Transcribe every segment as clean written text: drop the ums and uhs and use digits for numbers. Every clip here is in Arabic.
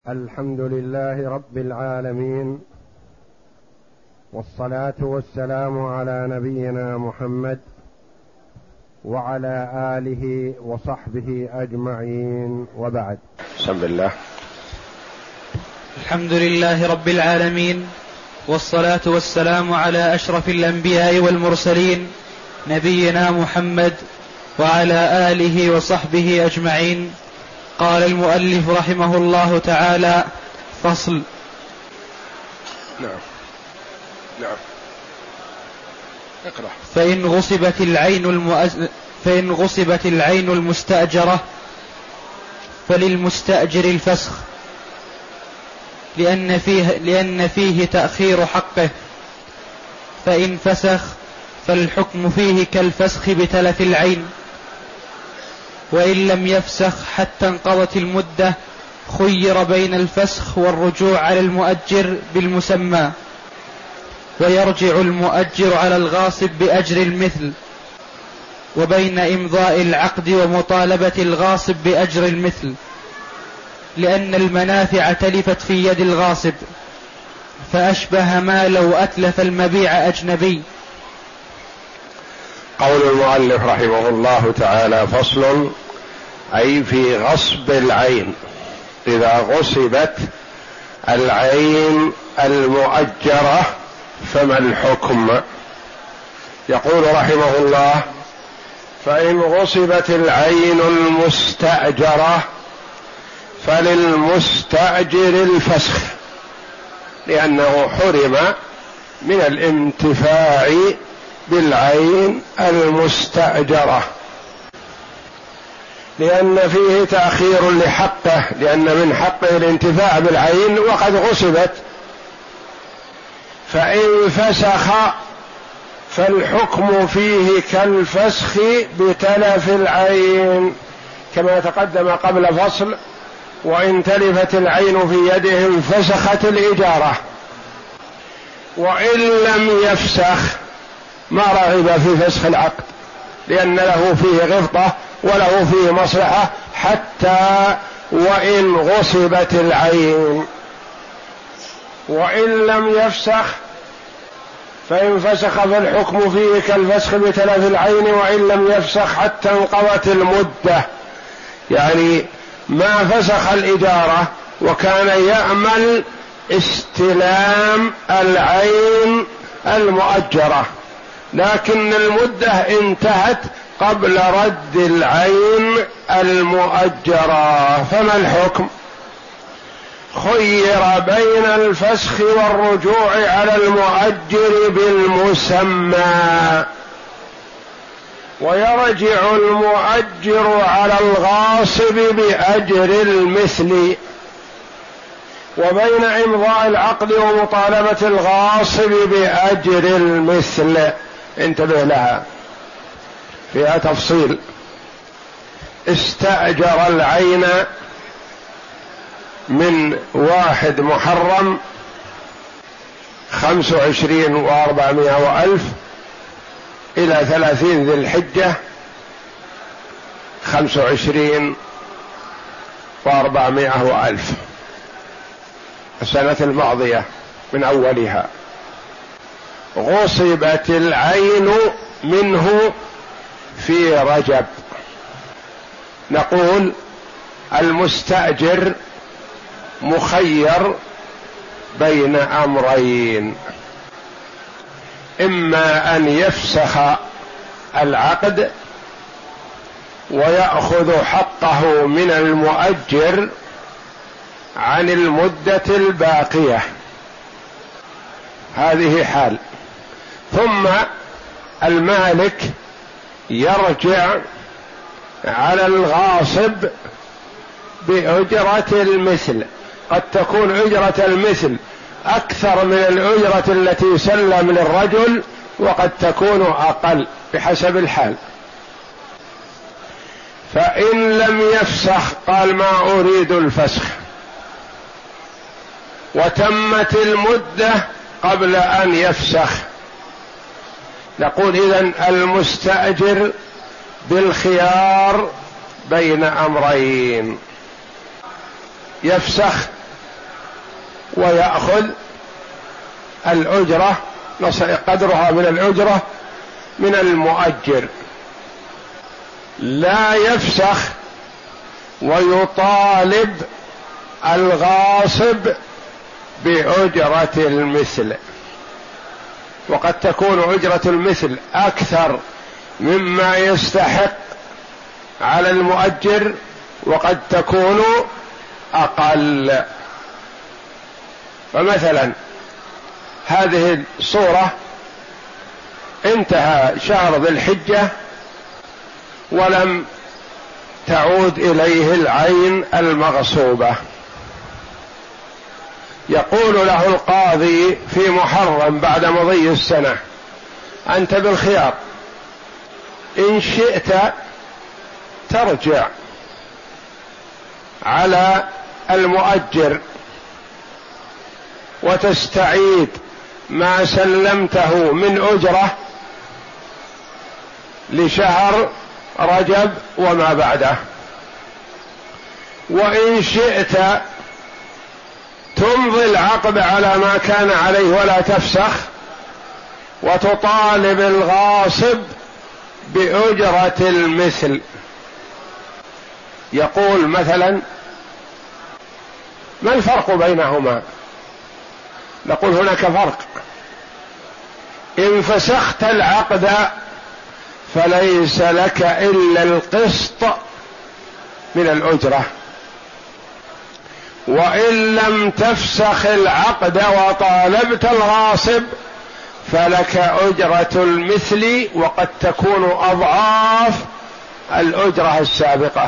الحمد لله رب العالمين، والصلاة والسلام على نبينا محمد وعلى آله وصحبه أجمعين، وبعد. بسم الله. الحمد لله رب العالمين، والصلاة والسلام على أشرف الأنبياء والمرسلين نبينا محمد وعلى آله وصحبه أجمعين. قال المؤلف رحمه الله تعالى: فصل. نعم. اقرأ. فإن غصبت العين المستأجرة فللمستأجر الفسخ، لأن فيه تأخير حقه، فإن فسخ فالحكم فيه كالفسخ بتلف العين، وإن لم يفسخ حتى انقضت المدة خير بين الفسخ والرجوع على المؤجر بالمسمى، ويرجع المؤجر على الغاصب بأجر المثل، وبين إمضاء العقد ومطالبة الغاصب بأجر المثل، لأن المنافع تلفت في يد الغاصب، فأشبه ما لو أتلف المبيع أجنبي. قول المؤلف رحمه الله تعالى: فصل، أي في غصب العين. إذا غصبت العين المؤجرة فما الحكم؟ يقول رحمه الله: فإن غصبت العين المستأجرة فللمستأجر الفسخ، لأنه حرم من الانتفاع بالعين المستأجرة، لأن فيه تأخير لحقه، لأن من حقه الانتفاع بالعين وقد غصبت. فإن فسخ فالحكم فيه كالفسخ بتلف العين، كما تقدم قبل فصل: وإن تلفت العين في يده انفسخت الإجارة. وإن لم يفسخ ما رغب في فسخ العقد، لأن له فيه غبطة وله فيه مصلحة، حتى وإن غصبت العين. وإن لم يفسخ فإن فسخ فالحكم فيه كالفسخ بتلف العين، وإن لم يفسخ حتى انقضت المدة، يعني ما فسخ الإجارة وكان يأمل استلام العين المؤجرة، لكن المدة انتهت قبل رد العين المؤجرة، فما الحكم؟ خير بين الفسخ والرجوع على المؤجر بالمسمى، ويرجع المؤجر على الغاصب بأجر المثل، وبين إمضاء العقد ومطالبة الغاصب بأجر المثل. انتبه لها، فيها تفصيل. استأجر العين من 1 محرم 25 و400 وألف إلى 30 ذي الحجة 25 و400 وألف، السنة الماضية من أولها. غصبت العين منه في رجب، نقول المستأجر مخير بين أمرين: إما أن يفسخ العقد ويأخذ حقه من المؤجر عن المدة الباقية، هذه حال، ثم المالك يرجع على الغاصب بأجرة المثل. قد تكون أجرة المثل أكثر من الأجرة التي سلم للرجل، وقد تكون أقل بحسب الحال. فإن لم يفسخ قال: ما أريد الفسخ، وتمت المدة قبل أن يفسخ، نقول إذن المستأجر بالخيار بين أمرين: يفسخ ويأخذ الأجرة قدرها من الأجرة من المؤجر، لا يفسخ ويطالب الغاصب بأجرة المثل. وقد تكون أجرة المثل أكثر مما يستحق على المؤجر، وقد تكون أقل. فمثلا هذه الصورة انتهى شهر ذي الحجة ولم تعود إليه العين المغصوبة، يقول له القاضي في محرم بعد مضي السنة: أنت بالخيار، إن شئت ترجع على المؤجر وتستعيد ما سلمته من أجرة لشهر رجب وما بعده، وإن شئت تمضي العقد على ما كان عليه ولا تفسخ وتطالب الغاصب بأجرة المثل. يقول مثلا: ما الفرق بينهما؟ نقول هناك فرق. إن فسخت العقد فليس لك إلا القسط من الأجرة، وإن لم تفسخ العقد وطالبت الغاصب فلك أجرة المثل، وقد تكون أضعاف الأجرة السابقة،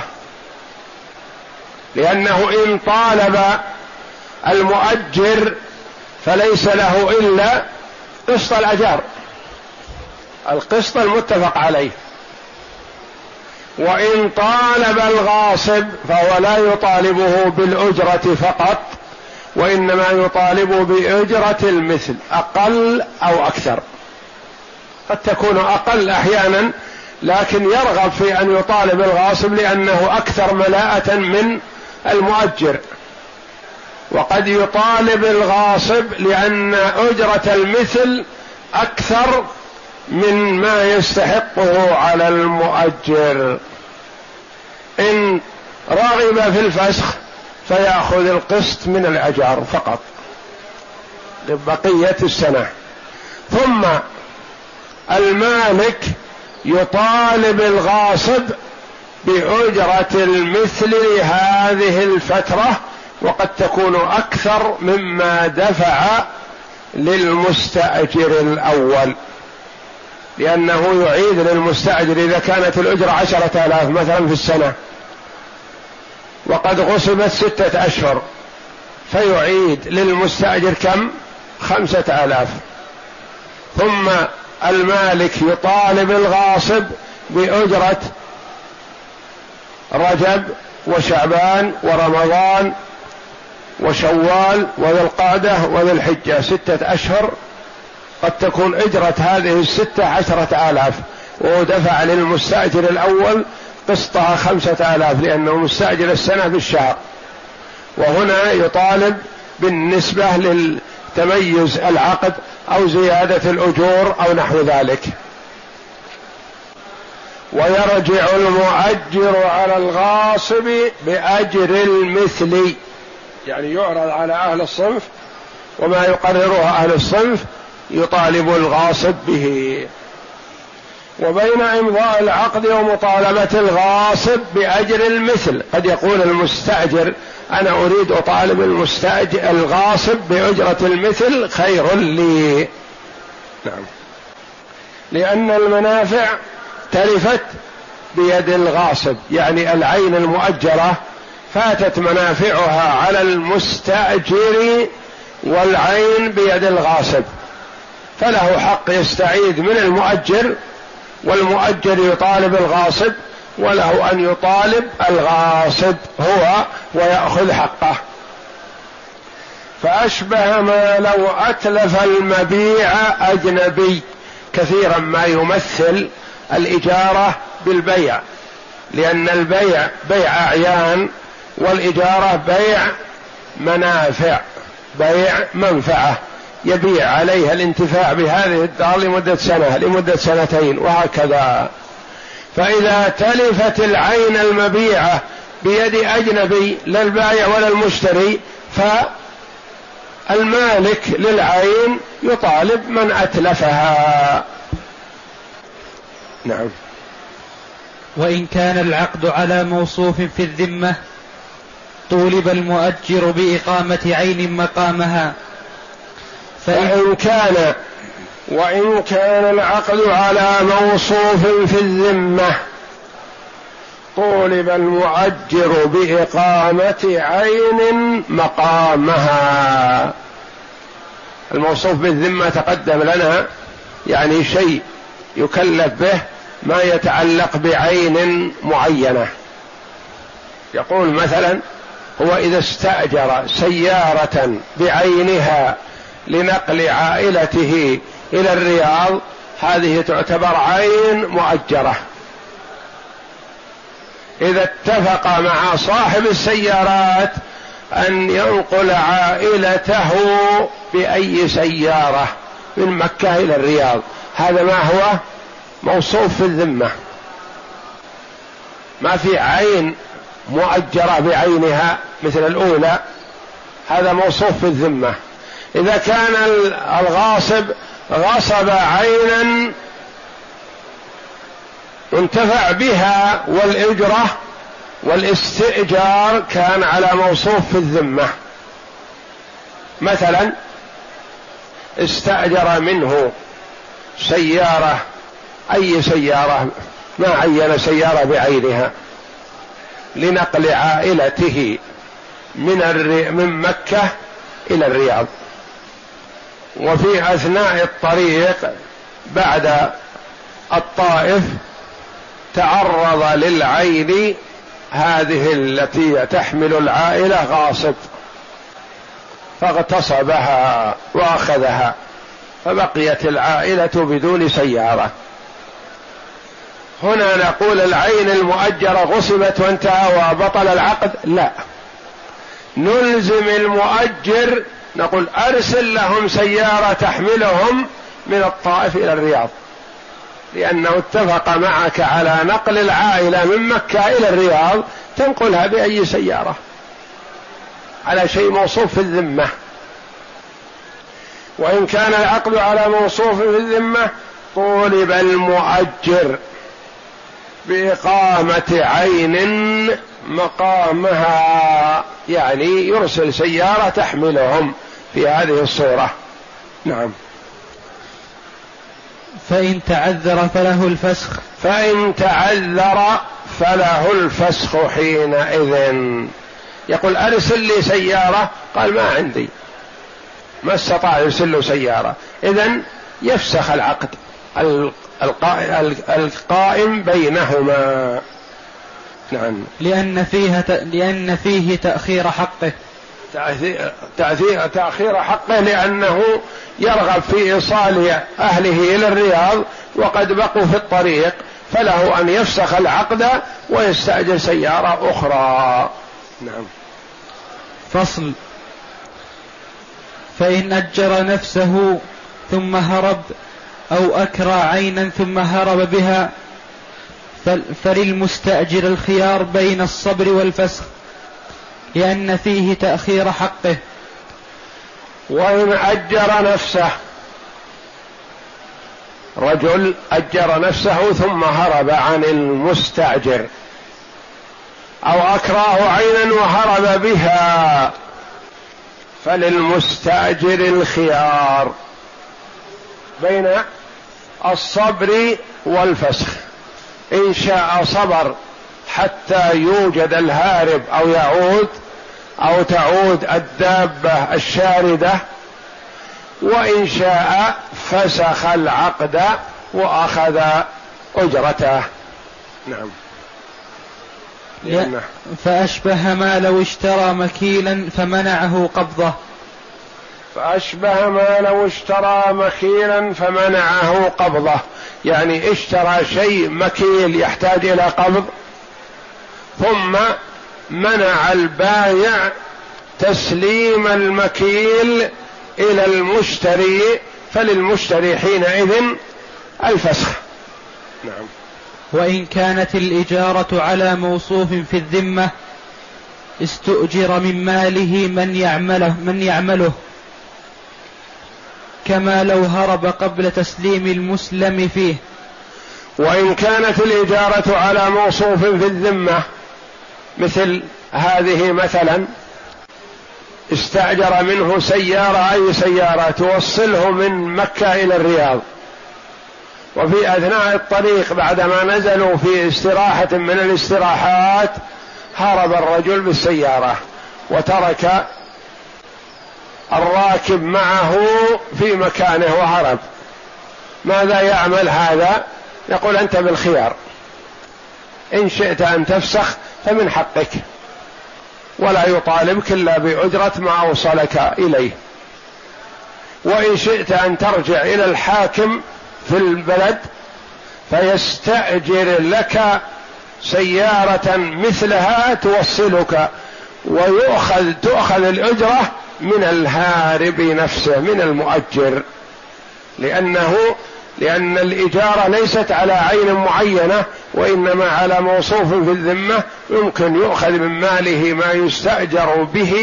لأنه إن طالب المؤجر فليس له إلا قسط الأجار، القسط المتفق عليه، وإن طالب الغاصب فهو لا يطالبه بالأجرة فقط، وإنما يطالبه بأجرة المثل أقل أو أكثر. قد تكون أقل أحيانا، لكن يرغب في أن يطالب الغاصب لأنه أكثر ملاءة من المؤجر، وقد يطالب الغاصب لأن أجرة المثل أكثر من ما يستحقه على المؤجر. إن رغب في الفسخ فيأخذ القسط من الأجار فقط لبقية السنة. ثم المالك يطالب الغاصب بأجرة المثل لهذه الفترة، وقد تكون أكثر مما دفع للمستأجر الأول، لأنه يعيد للمستأجر إذا كانت الأجرة 10,000 مثلا في السنة وقد غصبت 6 أشهر، فيعيد للمستأجر كم؟ 5,000. ثم المالك يطالب الغاصب بأجرة رجب وشعبان ورمضان وشوال وذي القعدة وذي الحجة، 6 أشهر، قد تكون أجرة هذه 10,000 ودفع للمستأجر الأول قسطها 5,000 لأنه مستأجر السنة بالشهر، وهنا يطالب بالنسبة للتميز العقد أو زيادة الأجور أو نحو ذلك. ويرجع المؤجر على الغاصب بأجر المثل، يعني يعرض على أهل الصنف وما يقرره أهل الصنف يطالب الغاصب به. وبين إمضاء العقد ومطالبة الغاصب بأجر المثل قد يقول المستأجر: أنا أريد أطالب الغاصب بأجرة المثل، خير لي. نعم، لأن المنافع تلفت بيد الغاصب، يعني العين المؤجرة فاتت منافعها على المستأجر والعين بيد الغاصب، فله حق يستعيد من المؤجر، والمؤجر يطالب الغاصب، وله أن يطالب الغاصب هو ويأخذ حقه. فأشبه ما لو أتلف المبيع أجنبي، كثيرا ما يمثل الإجارة بالبيع، لأن البيع بيع أعيان والإجارة بيع منافع، بيع منفعة، يبيع عليها الانتفاع بهذه الدار لمدة سنة، لمدة سنتين، وهكذا. فإذا تلفت العين المبيعة بيد أجنبي لا البائع ولا المشتري، فالمالك للعين يطالب من أتلفها. نعم. وإن كان العقد على موصوف في الذمة طولب المؤجر بإقامة عين مقامها. وإن كان العقد على موصوف في الذمة طولب المؤجر بإقامة عين مقامها. الموصوف بالذمة تقدم لنا يعني شيء يكلف به ما يتعلق بعين معينة. يقول مثلا هو إذا استأجر سيارة بعينها لنقل عائلته إلى الرياض، هذه تعتبر عين مؤجرة. إذا اتفق مع صاحب السيارات أن ينقل عائلته بأي سيارة من مكة إلى الرياض، هذا ما هو موصوف في الذمة، ما في عين مؤجرة بعينها مثل الأولى، هذا موصوف في الذمة. إذا كان الغاصب غصب عينا انتفع بها والإجرة والاستئجار كان على موصوف في الذمة. مثلا استأجر منه سيارة، أي سيارة، ما عين سيارة بعينها لنقل عائلته من مكة إلى الرياض، وفي أثناء الطريق بعد الطائف تعرض للعين هذه التي تحمل العائلة غاصب فاغتصبها وأخذها، فبقيت العائلة بدون سيارة. هنا نقول العين المؤجرة غصبت وانتهى وبطل العقد؟ لا، نلزم المؤجر، نقول أرسل لهم سيارة تحملهم من الطائف إلى الرياض، لأنه اتفق معك على نقل العائلة من مكة إلى الرياض، تنقلها بأي سيارة على شيء موصوف في الذمة. وإن كان العقد على موصوف في الذمة طولب المؤجر بإقامة عين مقامها، يعني يرسل سيارة تحملهم في هذه الصورة. نعم. فإن تعذر فله الفسخ. فإن تعذر فله الفسخ حينئذ. يقول أرسل لي سيارة، قال ما عندي، ما استطاع يرسل له سيارة، إذن يفسخ العقد القائم بينهما. نعم. لأن فيه تأخير حقه. تأخير حقه لأنه يرغب في إيصال أهله إلى الرياض وقد بقوا في الطريق، فله أن يفسخ العقد ويستأجر سيارة أخرى. نعم. فصل. فإن أجر نفسه ثم هرب أو أكرى عينا ثم هرب بها فللمستأجر الخيار بين الصبر والفسخ، لأن فيه تأخير حقه. وإن أجر نفسه، رجل أجر نفسه ثم هرب عن المستأجر، أو أكراه عينا وهرب بها، فللمستأجر الخيار بين الصبر والفسخ. إن شاء صبر حتى يوجد الهارب أو يعود، أو تعود الدابة الشاردة، وإن شاء فسخ العقد وأخذ أجرته. نعم. فأشبه ما لو اشترى مكيلا فمنعه قبضه. فأشبه ما لو اشترى مكيلا فمنعه قبضه، يعني اشترى شيء مكيل يحتاج إلى قبض ثم منع البائع تسليم المكيل إلى المشتري، فللمشتري حينئذ الفسخ. نعم. وإن كانت الإجارة على موصوف في الذمة استؤجر من ماله من يعمله كما لو هرب قبل تسليم المسلم فيه. وإن كانت الإجارة على موصوف في الذمة مثل هذه مثلا، استأجر منه سيارة، أي سيارة توصله من مكة إلى الرياض، وفي أثناء الطريق بعدما نزلوا في استراحة من الاستراحات هرب الرجل بالسيارة وترك الراكب معه في مكانه وهرب. ماذا يعمل هذا؟ يقول أنت بالخيار، إن شئت أن تفسخ فمن حقك، ولا يطالبك إلا بأجرة ما أوصلك إليه، وإن شئت أن ترجع إلى الحاكم في البلد فيستأجر لك سيارة مثلها توصلك، تؤخذ الأجرة من الهارب نفسه، من المؤجر، لأن الإجارة ليست على عين معينة، وإنما على موصوف في الذمة، يمكن يؤخذ من ماله ما يستأجر به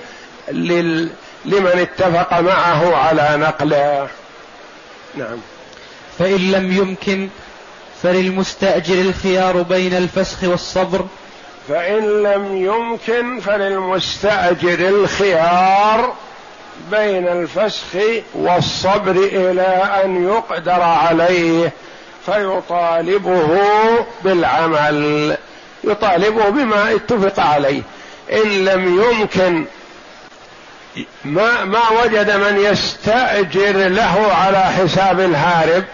لمن اتفق معه على نقله. نعم. فإن لم يمكن فللمستأجر الخيار بين الفسخ والصبر. فإن لم يمكن فللمستأجر الخيار بين الفسخ والصبر إلى أن يقدر عليه، فيطالبه بالعمل، يطالبه بما اتفق عليه. إن لم يمكن، ما وجد من يستأجر له على حساب الهارب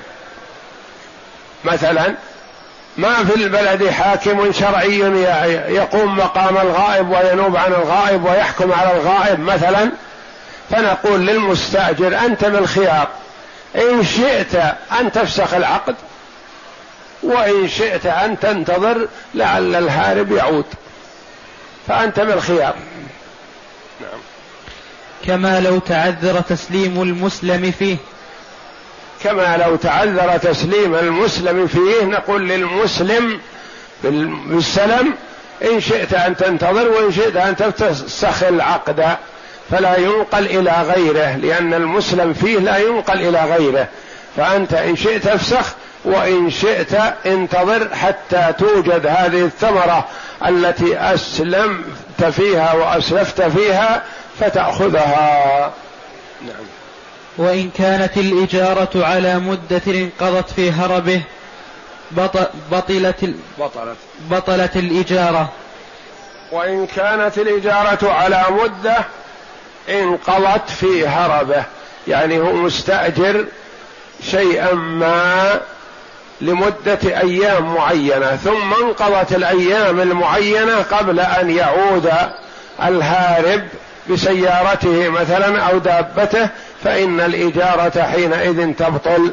مثلا، ما في البلد حاكم شرعي يقوم مقام الغائب وينوب عن الغائب ويحكم على الغائب مثلا، فنقول للمستأجر أنت بالخيار، إن شئت أن تفسخ العقد، وإن شئت أن تنتظر لعل الهارب يعود، فأنت بالخيار. نعم. كما لو تعذر تسليم المسلم فيه. كما لو تعذر تسليم المسلم فيه، نقول للمسلم بالسلم إن شئت أن تنتظر وإن شئت أن تفسخ العقد، فلا ينقل إلى غيره، لأن المسلم فيه لا ينقل إلى غيره، فأنت إن شئت افسخ وإن شئت انتظر حتى توجد هذه الثمرة التي أسلمت فيها وأسلفت فيها فتأخذها. نعم. وإن كانت الإجارة على مدة انقضت في هربه بطلت الإجارة. وإن كانت الإجارة على مدة انقضت في هربه، يعني هو مستأجر شيئا ما لمدة أيام معينة، ثم انقضت الأيام المعينة قبل أن يعود الهارب بسيارته مثلا أو دابته، فإن الإجارة حينئذ تبطل،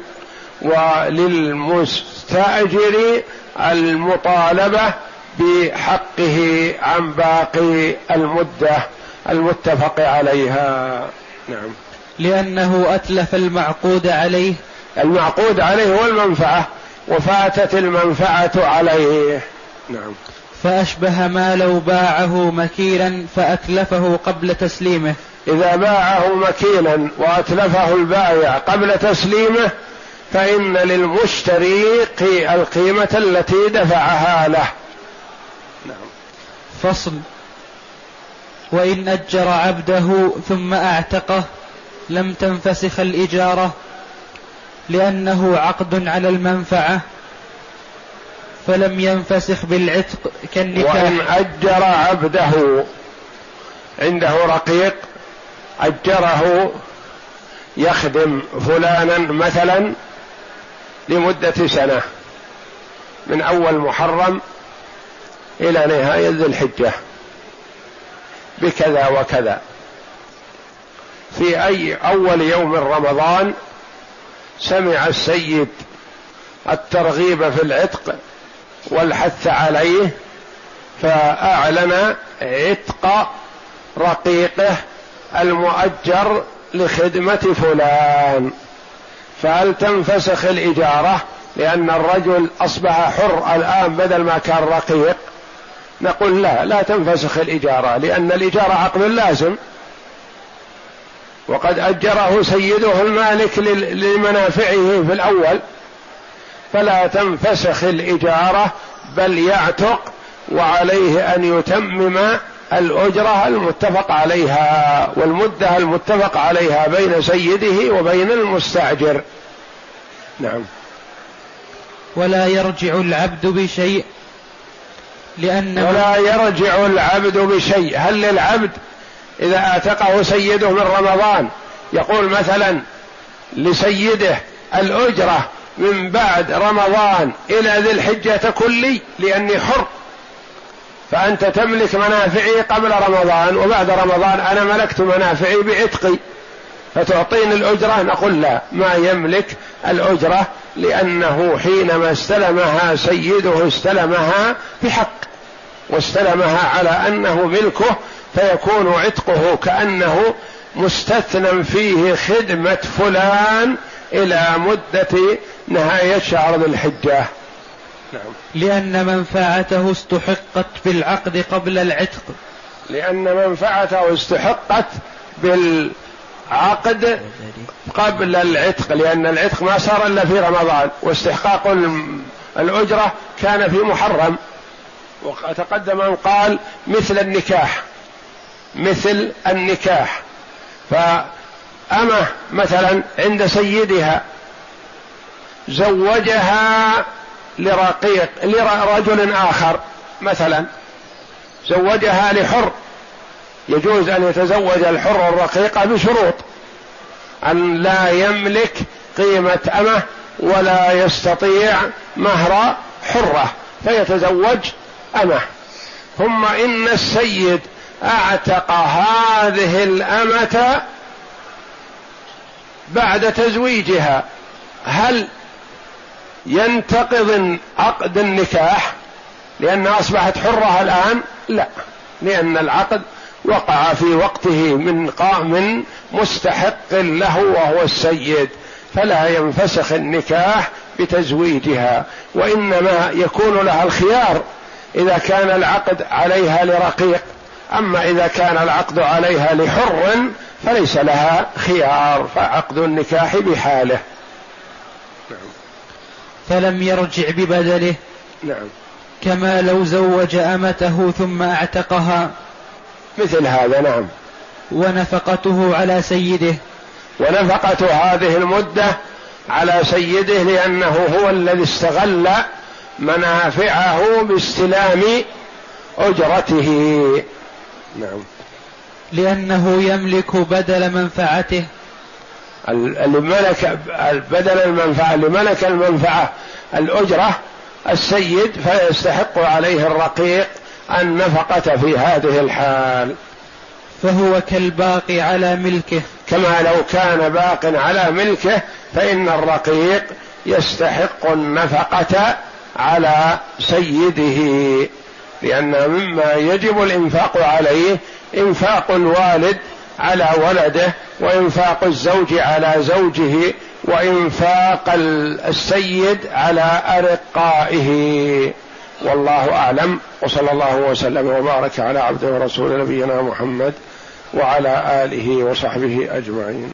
وللمستأجر المطالبة بحقه عن باقي المدة المتفق عليها. نعم. لأنه أتلف المعقود عليه. المعقود عليه هو المنفعة، وفاتت المنفعة عليه. نعم. فأشبه ما لو باعه مكيلا فأتلفه قبل تسليمه. إذا باعه مكيلا وأتلفه البائع قبل تسليمه، فإن للمشتري القيمة التي دفعها له. نعم. فصل. وإن أجر عبده ثم أعتقه لم تنفسخ الإجارة، لأنه عقد على المنفعة فلم ينفسخ بالعتق كالنكاح. وإن أجر عبده، عنده رقيق أجره يخدم فلانا مثلا لمدة سنة، من أول محرم إلى نهاية ذي الحجة بكذا وكذا، في أي أول يوم من رمضان سمع السيد الترغيب في العتق والحث عليه، فأعلن عتق رقيقه المؤجر لخدمة فلان، فهل تنفسخ الإجارة لأن الرجل أصبح حر الآن بدل ما كان رقيق؟ نقول لا تنفسخ الإجارة، لأن الإجارة عقد لازم، وقد أجره سيده المالك لمنافعه في الأول، فلا تنفسخ الإجارة بل يعتق، وعليه أن يتمم الأجرة المتفق عليها والمدة المتفق عليها بين سيده وبين المستأجر. نعم. ولا يرجع العبد بشيء ولا يرجع العبد بشيء. هل للعبد إذا اعتقه سيده من رمضان يقول مثلا لسيده الأجرة من بعد رمضان إلى ذي الحجة كلي لأني حر، فأنت تملك منافعي قبل رمضان وبعد رمضان أنا ملكت منافعي بعتقي فتعطيني الأجرة؟ نقول لا، ما يملك الأجرة، لأنه حينما استلمها سيده استلمها بحق واستلمها على أنه ملكه، فيكون عتقه كأنه مستثنى فيه خدمة فلان إلى مدة نهاية شهر ذي الحجة. نعم. لأن منفعته استحقت بالعقد قبل العتق. لأن منفعته استحقت بالعقد قبل العتق، لأن العتق ما صار إلا في رمضان، واستحقاق الأجرة كان في محرم. وتقدم أن قال مثل النكاح، فأمه مثلا عند سيدها زوجها لرجل آخر، مثلا زوجها لحر، يجوز أن يتزوج الحر الرقيقة بشروط أن لا يملك قيمة أمه ولا يستطيع مهر حرة فيتزوج أمه، ثم إن السيد اعتق هذه الأمة بعد تزويجها، هل ينتقض عقد النكاح لأنها أصبحت حرة الآن؟ لا، لأن العقد وقع في وقته من مستحق له وهو السيد، فلا ينفسخ النكاح بتزويجها، وإنما يكون لها الخيار إذا كان العقد عليها لرقيق، أما إذا كان العقد عليها لحر فليس لها خيار، فعقد النكاح بحاله. فلم يرجع ببدله. نعم. كما لو زوج أمته ثم اعتقها، مثل هذا. نعم. ونفقته على سيده. ونفقة هذه المدة على سيده، لأنه هو الذي استغل منافعه باستلام أجرته. نعم. لأنه يملك بدل منفعته، اللي ملك بدل المنفعة، اللي ملك المنفعة الأجرة السيد، فيستحق عليه الرقيق النفقة في هذه الحال، فهو كالباقي على ملكه. كما لو كان باق على ملكه، فإن الرقيق يستحق النفقة على سيده، لأن مما يجب الإنفاق عليه إنفاق الوالد على ولده، وإنفاق الزوج على زوجه، وإنفاق السيد على أرقائه. والله أعلم، وصلى الله وسلم وبارك على عبده ورسول نبينا محمد وعلى آله وصحبه أجمعين.